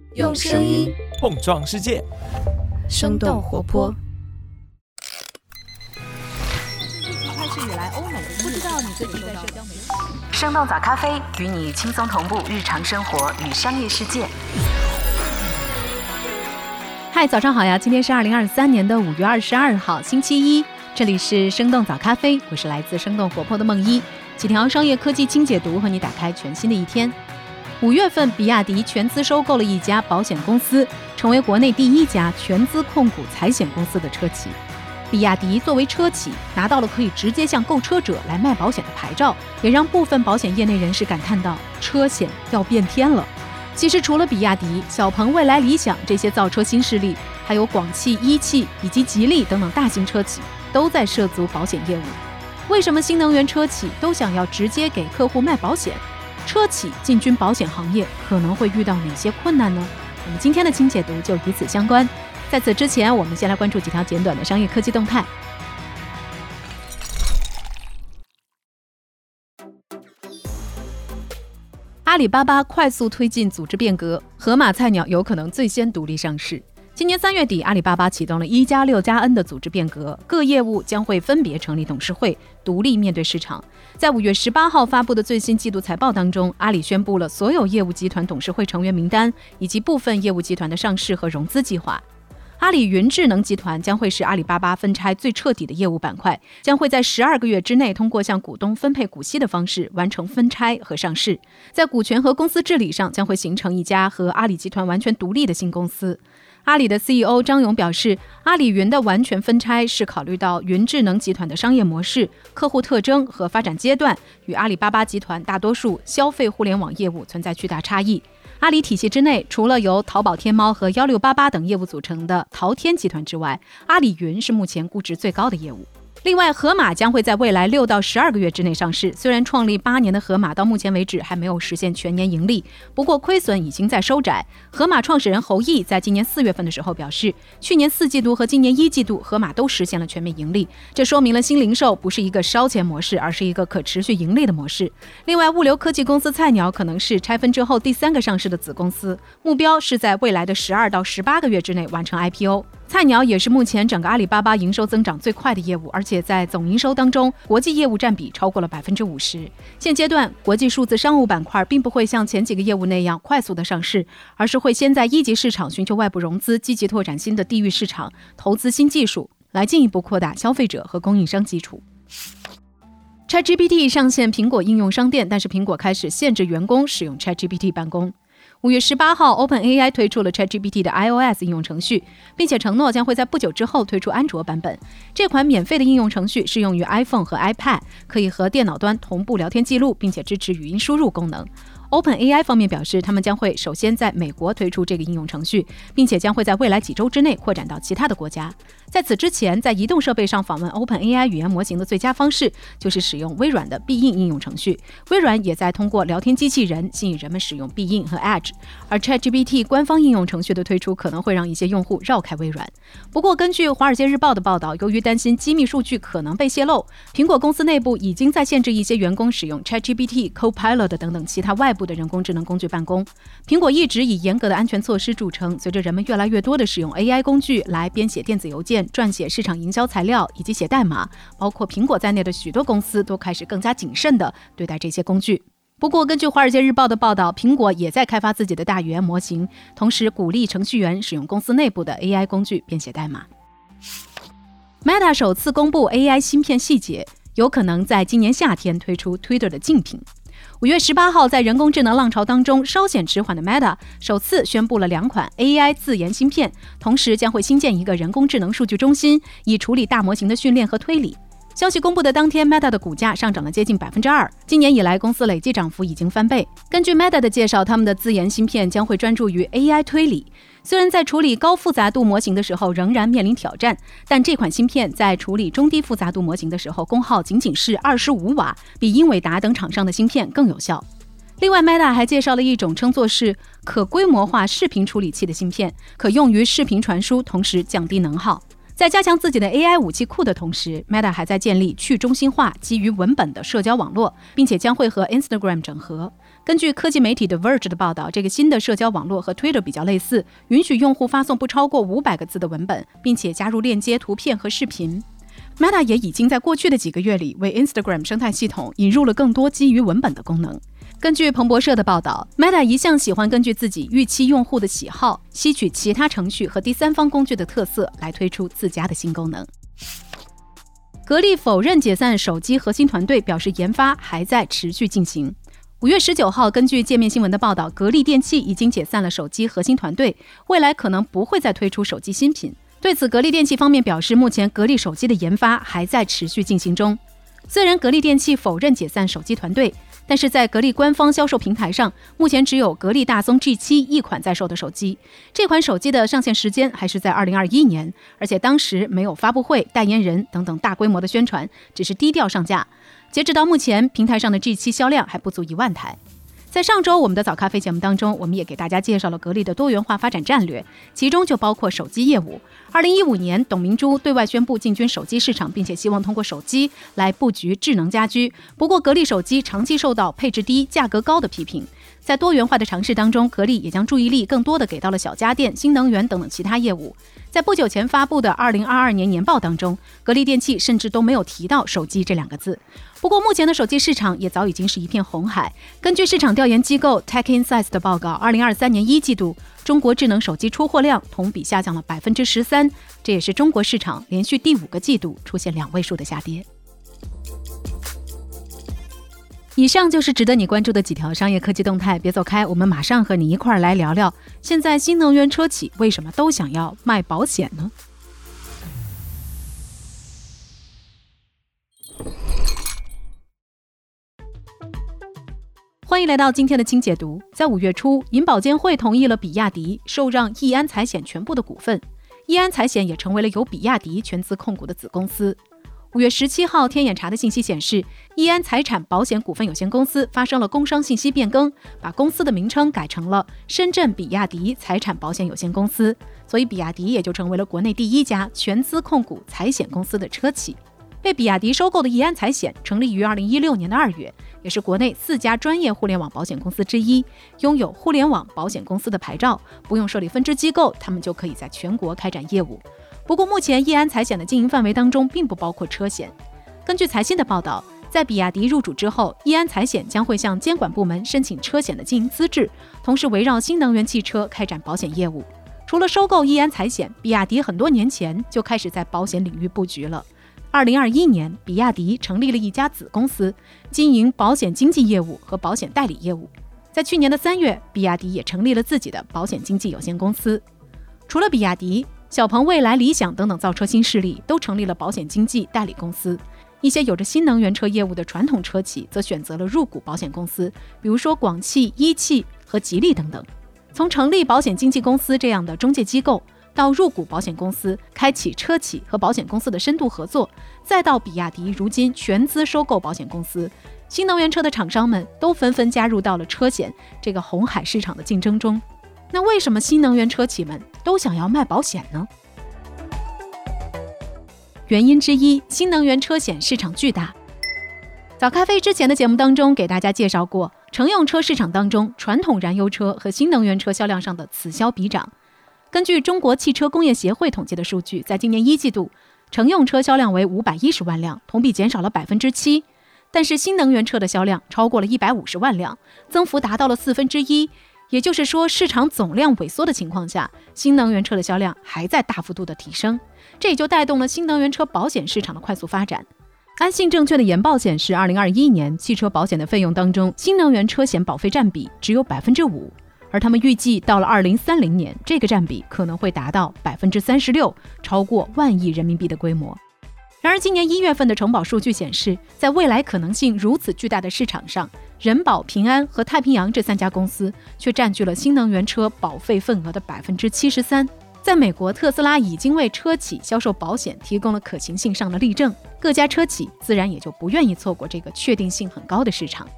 用声音碰撞世界， 生动活泼。 开始以来，欧美不知道你最近在社交媒体。 生动早咖啡与你轻松同步日常生活与商业世界。 嗨，早上好呀！今天是2023年的5月22号，星期一。这里是生动早咖啡，我是来自生动活泼的梦一，几条商业科技轻解读和你打开全新的一天。5月份，比亚迪全资收购了一家保险公司，成为国内第一家全资控股财险公司的车企。比亚迪作为车企，拿到了可以直接向购车者来卖保险的牌照，也让部分保险业内人士感叹到，车险要变天了。其实除了比亚迪、小鹏、蔚来、理想这些造车新势力，还有广汽、一汽以及吉利等等大型车企都在涉足保险业务。为什么新能源车企都想要直接给客户卖保险？车企进军保险行业可能会遇到哪些困难呢？我们今天的轻解读就与此相关。在此之前，我们先来关注几条简短的商业科技动态。阿里巴巴快速推进组织变革，盒马菜鸟有可能最先独立上市。今年3月底，阿里巴巴启动了1+6+N 的组织变革，各业务将会分别成立董事会，独立面对市场。在5月18号发布的最新季度财报当中，阿里宣布了所有业务集团董事会成员名单以及部分业务集团的上市和融资计划。阿里云智能集团将会是阿里巴巴分拆最彻底的业务板块，将会在12个月之内通过向股东分配股息的方式完成分拆和上市。在股权和公司治理上，将会形成一家和阿里集团完全独立的新公司。阿里的 CEO 张勇表示，阿里云的完全分拆是考虑到云智能集团的商业模式、客户特征和发展阶段与阿里巴巴集团大多数消费互联网业务存在巨大差异。阿里体系之内，除了由淘宝、天猫和1688等业务组成的淘天集团之外，阿里云是目前估值最高的业务。另外，盒马将会在未来6到12个月之内上市。虽然创立8年的盒马到目前为止还没有实现全年盈利，不过亏损已经在收窄。盒马创始人侯毅在今年4月份的时候表示，去年4季度和今年1季度盒马都实现了全面盈利，这说明了新零售不是一个烧钱模式，而是一个可持续盈利的模式。另外，物流科技公司菜鸟可能是拆分之后第3个上市的子公司，目标是在未来的12到18个月之内完成 IPO。菜鸟也是目前整个阿里巴巴营收增长最快的业务，而且在总营收当中，国际业务占比超过了50%。现阶段，国际数字商务板块并不会像前几个业务那样快速的上市，而是会先在一级市场寻求外部融资，积极拓展新的地域市场，投资新技术，来进一步扩大消费者和供应商基础。ChatGPT 上线苹果应用商店，但是苹果开始限制员工使用 ChatGPT 办公。5月18号 ，OpenAI 推出了 ChatGPT 的 iOS 应用程序，并且承诺将会在不久之后推出安卓版本。这款免费的应用程序适用于 iPhone 和 iPad， 可以和电脑端同步聊天记录，并且支持语音输入功能。OpenAI 方面表示，他们将会首先在美国推出这个应用程序，并且将会在未来几周之内扩展到其他的国家。在此之前，在移动设备上访问 OpenAI 语言模型的最佳方式就是使用微软的必应应用程序。微软也在通过聊天机器人吸引人们使用必应和 Edge， 而 ChatGPT 官方应用程序的推出可能会让一些用户绕开微软。不过，根据《华尔街日报》的报道，由于担心机密数据可能被泄露，苹果公司内部已经在限制一些员工使用 ChatGPT、Copilot 等等其他外部的人工智能工具办公。苹果一直以严格的安全措施著称，随着人们越来越多的使用 AI 工具来编写电子邮件、撰写市场营销材料以及写代码，包括苹果在内的许多公司都开始更加谨慎地对待这些工具。不过，根据《华尔街日报》的报道，苹果也在开发自己的大语言模型，同时鼓励程序员使用公司内部的 AI 工具编写代码。Meta 首次公布 AI 芯片细节，有可能在今年夏天推出 Twitter 的竞品。5月18号，在人工智能浪潮当中稍显迟缓的 Meta 首次宣布了2款 AI 自研芯片，同时将会新建一个人工智能数据中心，以处理大模型的训练和推理。消息公布的当天 ，Meta 的股价上涨了接近2%。今年以来，公司累计涨幅已经翻倍。根据 Meta 的介绍，他们的自研芯片将会专注于 AI 推理。虽然在处理高复杂度模型的时候仍然面临挑战，但这款芯片在处理中低复杂度模型的时候，功耗仅仅是25瓦，比英伟达等厂商的芯片更有效。另外 Meta 还介绍了一种称作是可规模化视频处理器的芯片，可用于视频传输，同时降低能耗。在加强自己的 AI 武器库的同时， Meta 还在建立去中心化基于文本的社交网络，并且将会和 Instagram 整合。 根据科技媒体的 Verge 的报道，这个新的社交网络和 Twitter 比较类似，允许用户发送不超过500个字的文本，并且加入链接、图片和视频。Meta 也已经在过去的几个月里为 Instagram 生态系统引入了更多基于文本的功能。根据彭博社的报道， Meta 一向喜欢根据自己预期用户的喜好，吸取其他程序和第三方工具的特色来推出自家的新功能。格力否认解散手机核心团队，表示研发还在持续进行。5月19号，根据界面新闻的报道，格力电器已经解散了手机核心团队，未来可能不会再推出手机新品。对此，格力电器方面表示，目前格力手机的研发还在持续进行中。虽然格力电器否认解散手机团队，但是在格力官方销售平台上，目前只有格力大宗 G7 一款在售的手机。这款手机的上线时间还是在2021年，而且当时没有发布会、代言人等等大规模的宣传，只是低调上架。截止到目前，平台上的 G7 销量还不足1万台。在上周我们的早咖啡节目当中，我们也给大家介绍了格力的多元化发展战略，其中就包括手机业务。2015年，董明珠对外宣布进军手机市场，并且希望通过手机来布局智能家居。不过，格力手机长期受到配置低、价格高的批评。在多元化的尝试当中，格力也将注意力更多的给到了小家电、新能源等等其他业务。在不久前发布的2022年年报当中，格力电器甚至都没有提到手机这2个字。不过目前的手机市场也早已经是一片红海。根据市场调研机构 Tech Insights 的报告，2023年1季度中国智能手机出货量同比下降了13%，这也是中国市场连续第5个季度出现2位数的下跌。以上就是值得你关注的几条商业科技动态，别走开，我们马上和你一块儿来聊聊，现在新能源车企为什么都想要卖保险呢？欢迎来到今天的轻解读。在5月初，银保监会同意了比亚迪受让易安财险全部的股份，易安财险也成为了由比亚迪全资控股的子公司。5月17号，天眼查的信息显示，易安财产保险股份有限公司发生了工商信息变更，把公司的名称改成了深圳比亚迪财产保险有限公司，所以比亚迪也就成为了国内第1家全资控股财险公司的车企。被比亚迪收购的易安财险成立于2016年的2月，也是国内4家专业互联网保险公司之一，拥有互联网保险公司的牌照，不用设立分支机构，他们就可以在全国开展业务。不过目前易安财险的经营范围当中并不包括车险。根据财新的报道，在比亚迪入主之后，易安财险将会向监管部门申请车险的经营资质，同时围绕新能源汽车开展保险业务。除了收购易安财险，比亚迪很多年前就开始在保险领域布局了。2021年，比亚迪成立了一家子公司，经营保险经纪业务和保险代理业务。在去年的3月，比亚迪也成立了自己的保险经纪有限公司。除了比亚迪，小鹏、蔚来、理想等等造车新势力都成立了保险经纪代理公司。一些有着新能源车业务的传统车企则选择了入股保险公司，比如说广汽、一汽和吉利等等。从成立保险经纪公司这样的中介机构，到入股保险公司，开启车企和保险公司的深度合作，再到比亚迪如今全资收购保险公司，新能源车的厂商们都纷纷加入到了车险这个红海市场的竞争中。那为什么新能源车企们都想要卖保险呢？原因之一，新能源车险市场巨大。早咖啡之前的节目当中给大家介绍过，乘用车市场当中传统燃油车和新能源车销量上的此消彼长。根据中国汽车工业协会统计的数据，在今年1季度，乘用车销量为510万辆，同比减少了7%，但是新能源车的销量超过了150万辆，增幅达到了1/4。也就是说，市场总量萎缩的情况下，新能源车的销量还在大幅度的提升，这也就带动了新能源车保险市场的快速发展。安信证券的研报显示，2021年汽车保险的费用当中，新能源车险保费占比只有5%，而他们预计到了2030年，这个占比可能会达到36%，超过10000亿人民币的规模。然而今年1月份的承保数据显示，在未来可能性如此巨大的市场上，人保、平安和太平洋这3家公司却占据了新能源车保费份额的73%。在美国，特斯拉已经为车企销售保险提供了可行性上的例证，各家车企自然也就不愿意错过这个确定性很高的市场。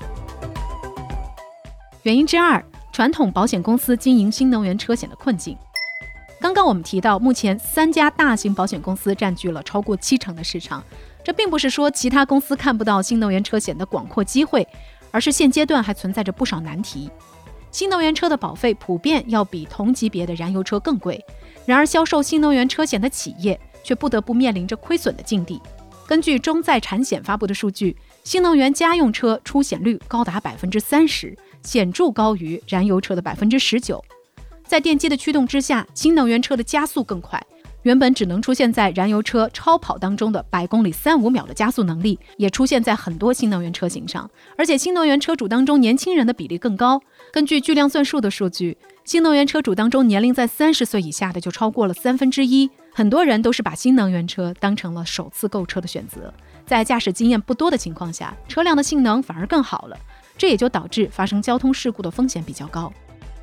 原因之2，传统保险公司经营新能源车险的困境。刚刚我们提到，目前3家大型保险公司占据了超过70%的市场，这并不是说其他公司看不到新能源车险的广阔机会， 而是现阶段还存在着不少难题。新能源车的保费普遍要比同级别的燃油车更贵，然而销售新能源车险的企业却不得不面临着亏损的境地。根据中在产险发布的数据，新能源家用车出险率高达 30%， 显著高于燃油车的 19%。 在电机的驱动之下，新能源车的加速更快，原本只能出现在燃油车超跑当中的100公里3.5秒的加速能力，也出现在很多新能源车型上。而且新能源车主当中年轻人的比例更高，根据巨量算数的数据，新能源车主当中年龄在30岁以下的就超过了1/3，很多人都是把新能源车当成了首次购车的选择。在驾驶经验不多的情况下，车辆的性能反而更好了，这也就导致发生交通事故的风险比较高。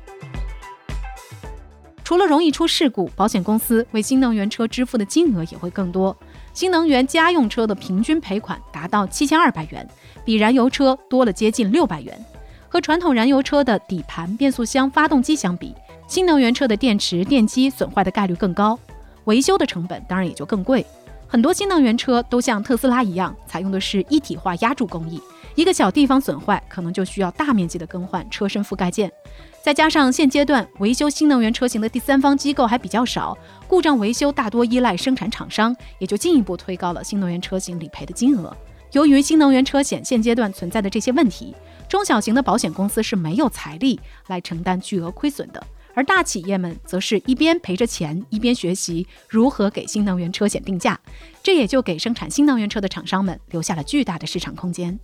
除了容易出事故，保险公司为新能源车支付的金额也会更多。新能源家用车的平均赔款达到7200元，比燃油车多了接近600元。和传统燃油车的底盘、变速箱、发动机相比，新能源车的电池、电机损坏的概率更高，维修的成本当然也就更贵。很多新能源车都像特斯拉一样，采用的是一体化压铸工艺，一个小地方损坏可能就需要大面积的更换车身覆盖件。再加上现阶段维修新能源车型的第三方机构还比较少，故障维修大多依赖生产厂商，也就进一步推高了新能源车型理赔的金额。由于新能源车险现阶段存在的这些问题，中小型的保险公司是没有财力来承担巨额亏损的，而大企业们则是一边赔着钱，一边学习如何给新能源车险定价，这也就给生产新能源车的厂商们留下了巨大的市场空间。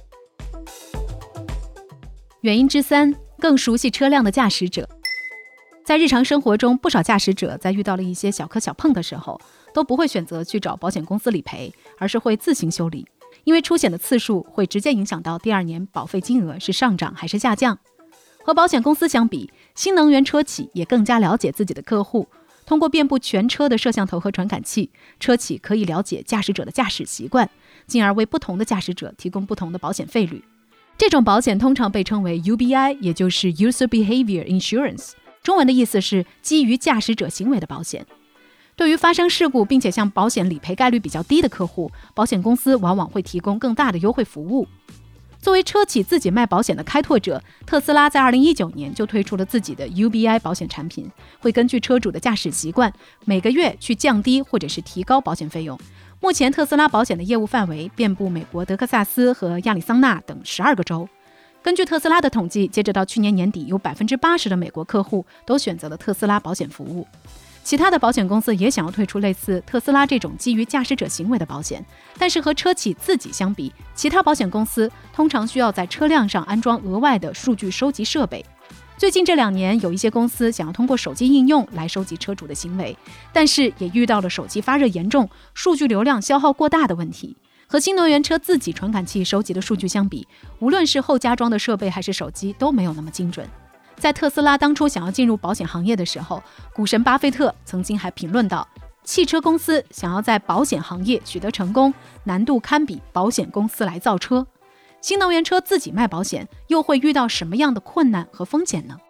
原因之三，更熟悉车辆的驾驶者。在日常生活中，不少驾驶者在遇到了一些小磕小碰的时候，都不会选择去找保险公司理赔，而是会自行修理，因为出险的次数会直接影响到第二年保费金额是上涨还是下降。和保险公司相比，新能源车企也更加了解自己的客户，通过遍布全车的摄像头和传感器，车企可以了解驾驶者的驾驶习惯，进而为不同的驾驶者提供不同的保险费率。这种保险通常被称为 UBI， 也就是 User Behavior Insurance， 中文的意思是基于驾驶者行为的保险。对于发生事故并且向保险理赔概率比较低的客户，保险公司往往会提供更大的优惠服务。作为车企自己卖保险的开拓者，特斯拉在2019年就推出了自己的 UBI 保险产品，会根据车主的驾驶习惯，每个月去降低或者是提高保险费用。目前特斯拉保险的业务范围遍布美国德克萨斯和亚利桑那等12个州。根据特斯拉的统计，截止到去年年底，有 80% 的美国客户都选择了特斯拉保险服务。其他的保险公司也想要推出类似特斯拉这种基于驾驶者行为的保险，但是和车企自己相比，其他保险公司通常需要在车辆上安装额外的数据收集设备。最近这2年，有一些公司想要通过手机应用来收集车主的行为，但是也遇到了手机发热严重、数据流量消耗过大的问题。和新能源车自己传感器收集的数据相比，无论是后加装的设备还是手机都没有那么精准。在特斯拉当初想要进入保险行业的时候，股神巴菲特曾经还评论到，汽车公司想要在保险行业取得成功，难度堪比保险公司来造车。新能源车自己卖保险，又会遇到什么样的困难和风险呢？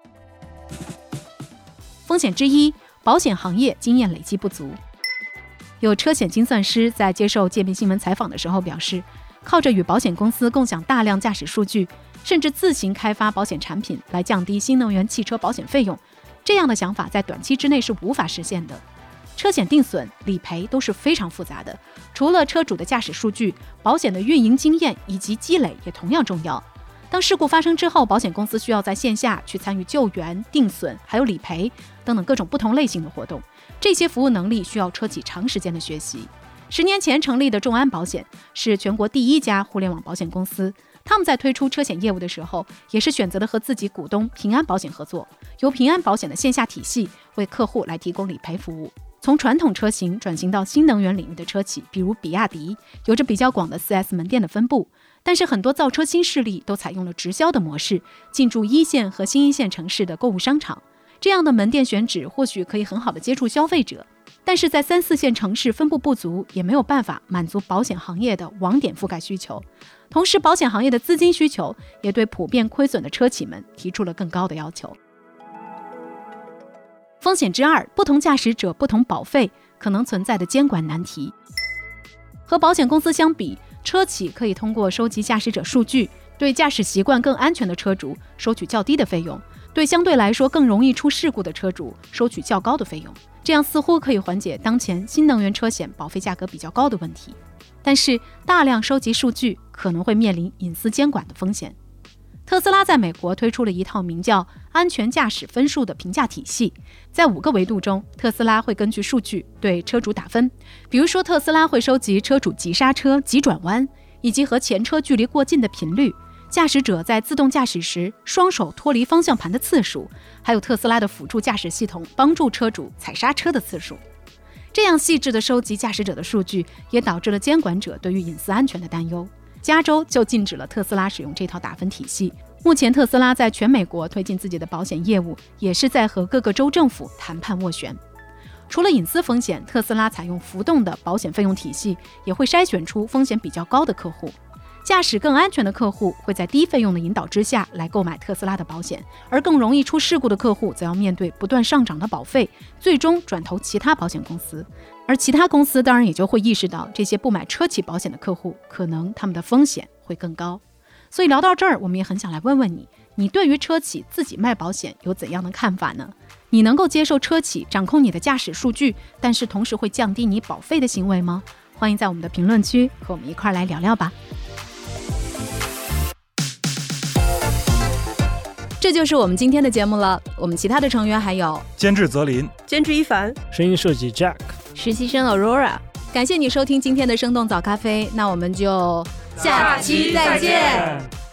风险之一，保险行业经验累积不足。有车险精算师在接受界面新闻采访的时候表示，靠着与保险公司共享大量驾驶数据，甚至自行开发保险产品来降低新能源汽车保险费用，这样的想法在短期之内是无法实现的。车险定损、理赔都是非常复杂的，除了车主的驾驶数据，保险的运营经验以及积累也同样重要。当事故发生之后，保险公司需要在线下去参与救援、定损还有理赔等等各种不同类型的活动，这些服务能力需要车企长时间的学习。10年前成立的众安保险是全国第1家互联网保险公司，他们在推出车险业务的时候，也是选择了和自己股东平安保险合作，由平安保险的线下体系为客户来提供理赔服务。从传统车型转型到新能源领域的车企，比如比亚迪，有着比较广的 4S 门店的分布，但是很多造车新势力都采用了直销的模式，进驻1线和新1线城市的购物商场。这样的门店选址或许可以很好的接触消费者，但是在3、4线城市分布不足，也没有办法满足保险行业的网点覆盖需求。同时，保险行业的资金需求也对普遍亏损的车企们提出了更高的要求。风险之二，不同驾驶者不同保费可能存在的监管难题。和保险公司相比，车企可以通过收集驾驶者数据， 对驾驶习惯更安全的车主收取较低的费用，对相对来说更容易出事故的车主收取较高的费用。这样似乎可以缓解当前新能源车险保费价格比较高的问题。但是大量收集数据可能会面临隐私监管的风险。特斯拉在美国推出了一套名叫安全驾驶分数的评价体系，在5个维度中，特斯拉会根据数据对车主打分。比如说，特斯拉会收集车主急刹车、急转弯，以及和前车距离过近的频率，驾驶者在自动驾驶时双手脱离方向盘的次数，还有特斯拉的辅助驾驶系统帮助车主踩刹车的次数。这样细致的收集驾驶者的数据，也导致了监管者对于隐私安全的担忧。加州就禁止了特斯拉使用这套打分体系。目前特斯拉在全美国推进自己的保险业务，也是在和各个州政府谈判斡旋。除了隐私风险，特斯拉采用浮动的保险费用体系，也会筛选出风险比较高的客户。驾驶更安全的客户会在低费用的引导之下来购买特斯拉的保险，而更容易出事故的客户则要面对不断上涨的保费，最终转投其他保险公司。而其他公司当然也就会意识到，这些不买车企保险的客户可能他们的风险会更高。所以聊到这儿，我们也很想来问问你，你对于车企自己卖保险有怎样的看法呢？你能够接受车企掌控你的驾驶数据，但是同时会降低你保费的行为吗？欢迎在我们的评论区和我们一块来聊聊吧。这就是我们今天的节目了。我们其他的成员还有监制泽林， 监制一凡， 声音设计 Jack， 实习生 Aurora。 感谢你收听今天的生动早咖啡，那我们就下期再见。